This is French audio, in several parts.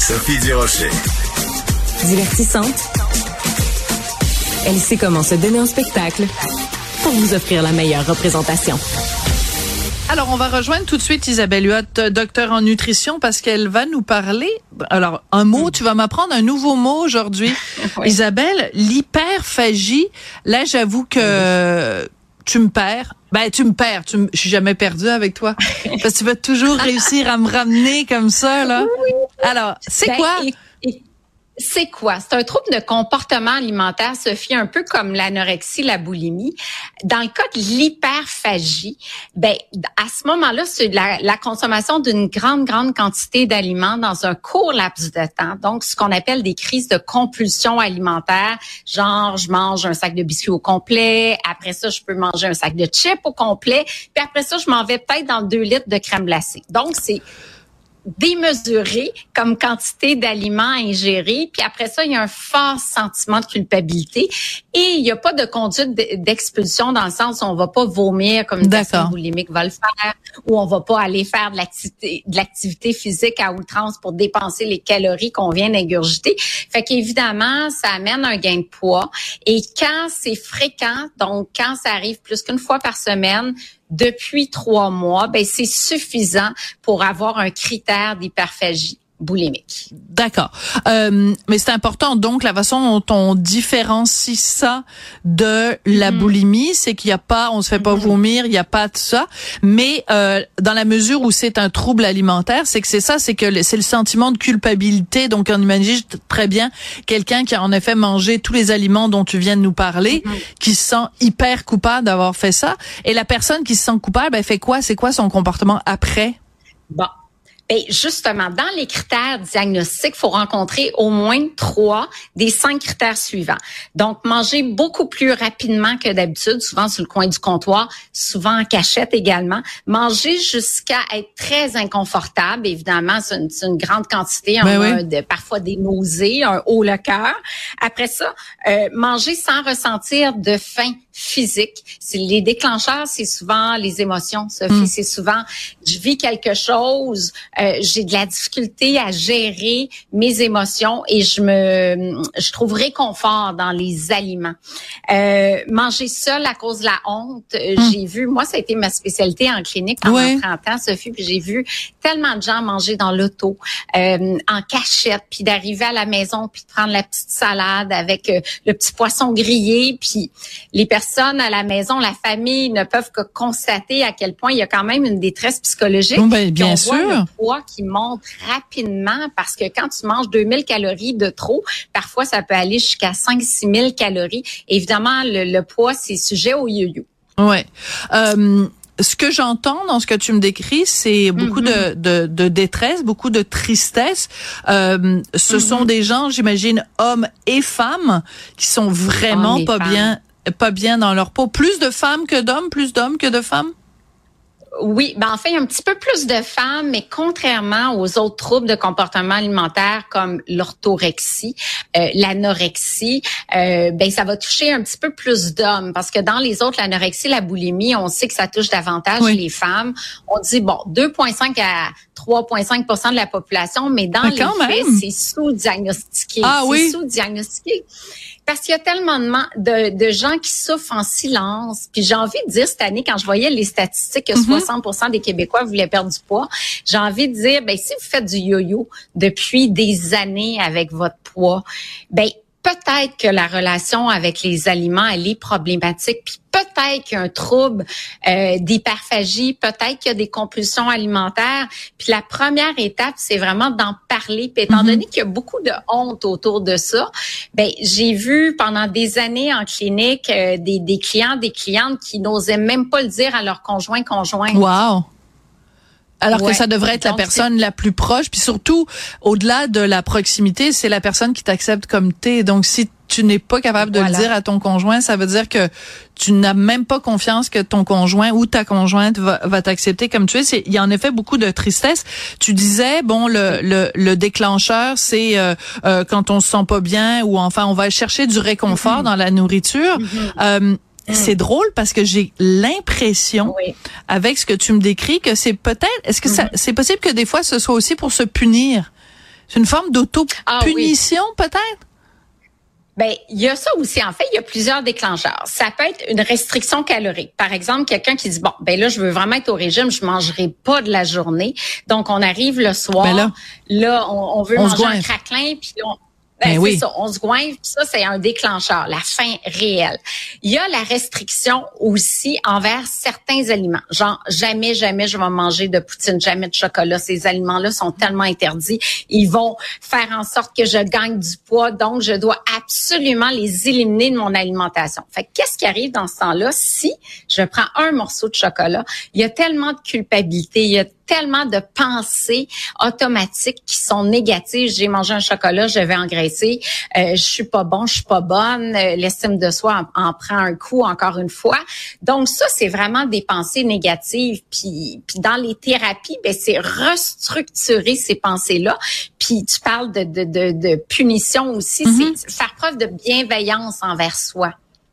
Sophie Durocher. Divertissante. Elle sait comment se donner en spectacle pour vous offrir la meilleure représentation. Alors, on va rejoindre tout de suite Isabelle Huot, docteur en nutrition, parce qu'elle va nous parler. Alors, un mot, tu vas m'apprendre un nouveau mot aujourd'hui. Oui. Isabelle, l'hyperphagie. Là, j'avoue que tu me perds. Je suis jamais perdue avec toi. Parce que tu vas toujours réussir à me ramener comme ça, là. Oui. Alors, c'est quoi? C'est quoi? C'est un trouble de comportement alimentaire, Sophie, un peu comme l'anorexie, la boulimie. Dans le cas de l'hyperphagie, à ce moment-là, c'est la consommation d'une grande quantité d'aliments dans un court laps de temps. Donc, ce qu'on appelle des crises de compulsion alimentaire. Genre, je mange un sac de biscuits au complet. Après ça, je peux manger un sac de chips au complet. Puis après ça, je m'en vais peut-être dans 2 litres de crème glacée. Donc, c'est démesuré comme quantité d'aliments à ingérer. Puis après ça, il y a un fort sentiment de culpabilité et il n'y a pas de conduite d'expulsion dans le sens où on va pas vomir comme une personne boulimique va le faire ou on va pas aller faire de l'activité physique à outrance pour dépenser les calories qu'on vient d'ingurgiter. Fait qu'évidemment, ça amène un gain de poids et quand c'est fréquent, donc quand ça arrive plus qu'une fois par semaine, depuis 3 mois, c'est suffisant pour avoir un critère d'hyperphagie boulimique. D'accord. Mais c'est important, donc, la façon dont on différencie ça de la boulimie, c'est qu'il n'y a pas, on se fait pas vomir, il n'y a pas de ça. Mais, dans la mesure où c'est un trouble alimentaire, c'est que c'est le sentiment de culpabilité. Donc, on imagine très bien quelqu'un qui a en effet mangé tous les aliments dont tu viens de nous parler, qui se sent hyper coupable d'avoir fait ça. Et la personne qui se sent coupable, elle fait quoi? C'est quoi son comportement après? Bon. Justement, dans les critères diagnostiques, il faut rencontrer au moins 3 des 5 critères suivants. Donc, manger beaucoup plus rapidement que d'habitude, souvent sur le coin du comptoir, souvent en cachette également. Manger jusqu'à être très inconfortable, évidemment, c'est une grande quantité, parfois des nausées, un haut le cœur. Après ça, manger sans ressentir de faim physique. Les déclencheurs, c'est souvent les émotions, Sophie. C'est souvent, je vis quelque chose, j'ai de la difficulté à gérer mes émotions et je trouve réconfort dans les aliments. Manger seul à cause de la honte, j'ai vu, moi, ça a été ma spécialité en clinique pendant 30 ans, Sophie, puis j'ai vu tellement de gens manger dans l'auto, en cachette, puis d'arriver à la maison, puis de prendre la petite salade avec le petit poisson grillé, puis les personnes à la maison, la famille ne peuvent que constater à quel point il y a quand même une détresse psychologique. Bien sûr. Voit le poids qui monte rapidement parce que quand tu manges 2000 calories de trop, parfois ça peut aller jusqu'à 5-6 000 calories. Évidemment, le poids, c'est sujet au yo-yo. Ouais. Ce que j'entends dans ce que tu me décris, c'est beaucoup de détresse, beaucoup de tristesse. Ce sont des gens, j'imagine, hommes et femmes, qui sont vraiment pas bien dans leur peau. Plus de femmes que d'hommes, plus d'hommes que de femmes? Oui, en fait, il y a un petit peu plus de femmes, mais contrairement aux autres troubles de comportement alimentaire comme l'orthorexie, l'anorexie, ça va toucher un petit peu plus d'hommes parce que dans les autres, l'anorexie, la boulimie, on sait que ça touche davantage les femmes. On dit 2,5 à 3,5% de la population, mais dans les faits, c'est sous-diagnostiqué. Sous-diagnostiqué. Parce qu'il y a tellement de gens qui souffrent en silence. Puis j'ai envie de dire, cette année, quand je voyais les statistiques que 60% des Québécois voulaient perdre du poids, j'ai envie de dire, si vous faites du yo-yo depuis des années avec votre poids, peut-être que la relation avec les aliments, elle est problématique. Puis peut-être qu'il y a un trouble d'hyperphagie, peut-être qu'il y a des compulsions alimentaires. Puis la première étape, c'est vraiment d'en parler. Puis étant donné qu'il y a beaucoup de honte autour de ça, j'ai vu pendant des années en clinique des clients, des clientes qui n'osaient même pas le dire à leur conjoint. Wow! Alors que ça devrait être la personne la plus proche, puis surtout, au-delà de la proximité, c'est la personne qui t'accepte comme t'es. Donc, si tu n'es pas capable de le dire à ton conjoint, ça veut dire que tu n'as même pas confiance que ton conjoint ou ta conjointe va t'accepter comme tu es. Il y a en effet beaucoup de tristesse. Tu disais, le déclencheur, c'est quand on se sent pas bien ou enfin, on va chercher du réconfort dans la nourriture. C'est drôle parce que j'ai l'impression, avec ce que tu me décris, que c'est peut-être, est-ce que c'est possible que des fois ce soit aussi pour se punir? C'est une forme d'auto-punition, peut-être? Ben, il y a ça aussi. En fait, il y a plusieurs déclencheurs. Ça peut être une restriction calorique. Par exemple, quelqu'un qui dit, bon, ben là, je veux vraiment être au régime, je mangerai pas de la journée. Donc, on arrive le soir, là, on veut manger un craquelin, puis c'est ça, on se goinfre, puis ça, c'est un déclencheur, la faim réelle. Il y a la restriction aussi envers certains aliments. Genre, jamais je vais manger de poutine, jamais de chocolat. Ces aliments-là sont tellement interdits. Ils vont faire en sorte que je gagne du poids, donc je dois absolument les éliminer de mon alimentation. Fait que qu'est-ce qui arrive dans ce temps-là si je prends un morceau de chocolat? Il y a tellement de culpabilité, il y a tellement de pensées automatiques qui sont négatives. J'ai mangé un chocolat, je vais engraisser. Je suis pas bon, je suis pas bonne. L'estime de soi en prend un coup encore une fois. Donc ça, c'est vraiment des pensées négatives. Puis dans les thérapies, ben c'est restructurer ces pensées-là. Puis tu parles de punition aussi. C'est faire preuve de bienveillance envers soi.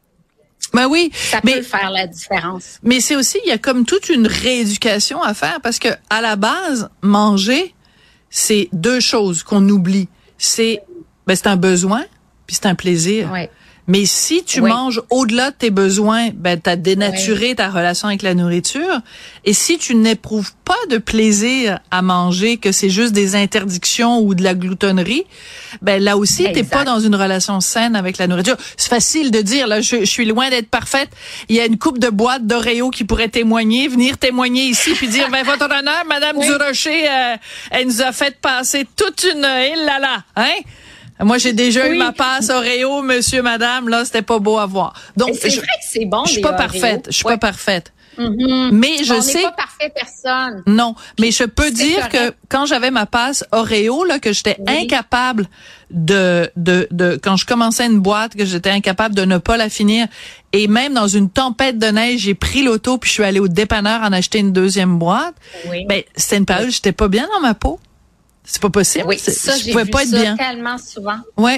Ben oui, ça peut faire la différence. Mais c'est aussi, il y a comme toute une rééducation à faire parce que à la base, manger, c'est deux choses qu'on oublie. C'est un besoin, puis c'est un plaisir. Ouais. Mais si tu manges au-delà de tes besoins, ben t'as dénaturé ta relation avec la nourriture. Et si tu n'éprouves pas de plaisir à manger, que c'est juste des interdictions ou de la gloutonnerie, ben là aussi t'es pas dans une relation saine avec la nourriture. C'est facile de dire là, je suis loin d'être parfaite. Il y a une coupe de boîtes d'Oreo qui pourrait venir témoigner ici puis dire ben votre honneur, Madame Durocher, elle nous a fait passer toute une hein? Moi, j'ai déjà eu ma passe Oreo, monsieur, madame, là, c'était pas beau à voir. Donc, c'est vrai que c'est bon, je suis pas parfaite. Je suis pas parfaite. Mais je sais. On n'est pas parfait, personne. Non. Mais je peux dire que quand j'avais ma passe Oreo, là, que j'étais incapable quand je commençais une boîte, que j'étais incapable de ne pas la finir. Et même dans une tempête de neige, j'ai pris l'auto puis je suis allée au dépanneur en acheter une deuxième boîte. Ben, c'était une période où j'étais pas bien dans ma peau. C'est pas possible. Oui, ça, j'ai vu ça tellement souvent.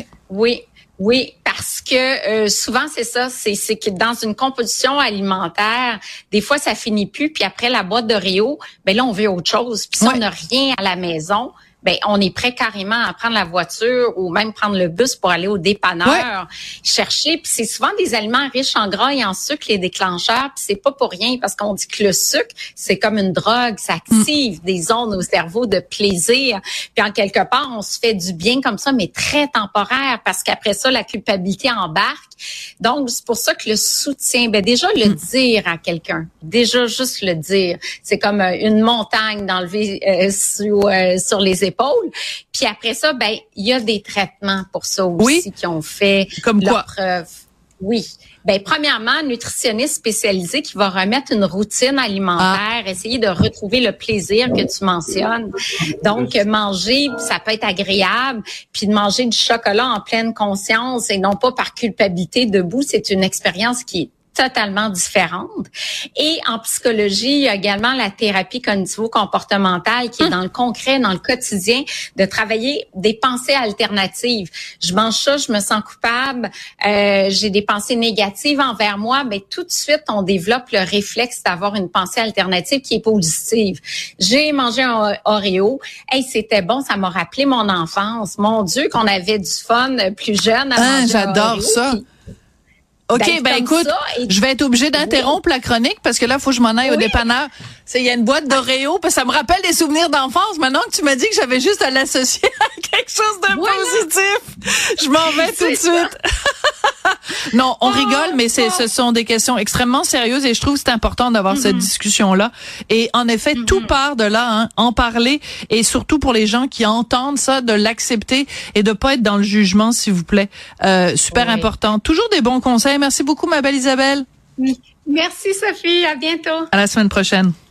Oui, parce que souvent c'est ça, c'est que dans une composition alimentaire, des fois ça finit plus, puis après la boîte d'Oreo, ben là on veut autre chose. Puis si on n'a rien à la maison, ben on est prêt carrément à prendre la voiture ou même prendre le bus pour aller au dépanneur chercher. Puis c'est souvent des aliments riches en gras et en sucre, les déclencheurs. Puis c'est pas pour rien parce qu'on dit que le sucre c'est comme une drogue, ça active des zones au cerveau de plaisir. Puis en quelque part on se fait du bien comme ça, mais très temporaire parce qu'après ça la culpabilité embarque. Donc c'est pour ça que le soutien, ben déjà le dire à quelqu'un, déjà juste le dire, c'est comme une montagne d'enlever sur les épaules. Puis après ça, ben il y a des traitements pour ça aussi qui ont fait leur preuve. Oui. Ben premièrement, nutritionniste spécialisé qui va remettre une routine alimentaire, essayer de retrouver le plaisir que tu mentionnes. Donc manger, ça peut être agréable, puis de manger du chocolat en pleine conscience et non pas par culpabilité debout, c'est une expérience qui est totalement différente. Et en psychologie, il y a également la thérapie cognitivo-comportementale qui est dans le concret, dans le quotidien, de travailler des pensées alternatives. Je mange ça, je me sens coupable, j'ai des pensées négatives envers moi, ben tout de suite, on développe le réflexe d'avoir une pensée alternative qui est positive. J'ai mangé un Oreo, c'était bon, ça m'a rappelé mon enfance. Mon Dieu, qu'on avait du fun plus jeune à manger j'adore un Oreo, ça. OK, ben écoute, je vais être obligée d'interrompre la chronique parce que là, il faut que je m'en aille au dépanneur. Il y a une boîte d'Oreo, parce que ça me rappelle des souvenirs d'enfance. Maintenant que tu m'as dit que j'avais juste à l'associer à quelque chose de positif, je m'en vais tout de suite. Non, on rigole, mais ce sont des questions extrêmement sérieuses et je trouve que c'est important d'avoir cette discussion-là. Et en effet, tout part de là, hein, en parler et surtout pour les gens qui entendent ça, de l'accepter et de pas être dans le jugement, s'il vous plaît. Super important. Toujours des bons conseils. Merci beaucoup, ma belle Isabelle. Merci, Sophie. À bientôt. À la semaine prochaine.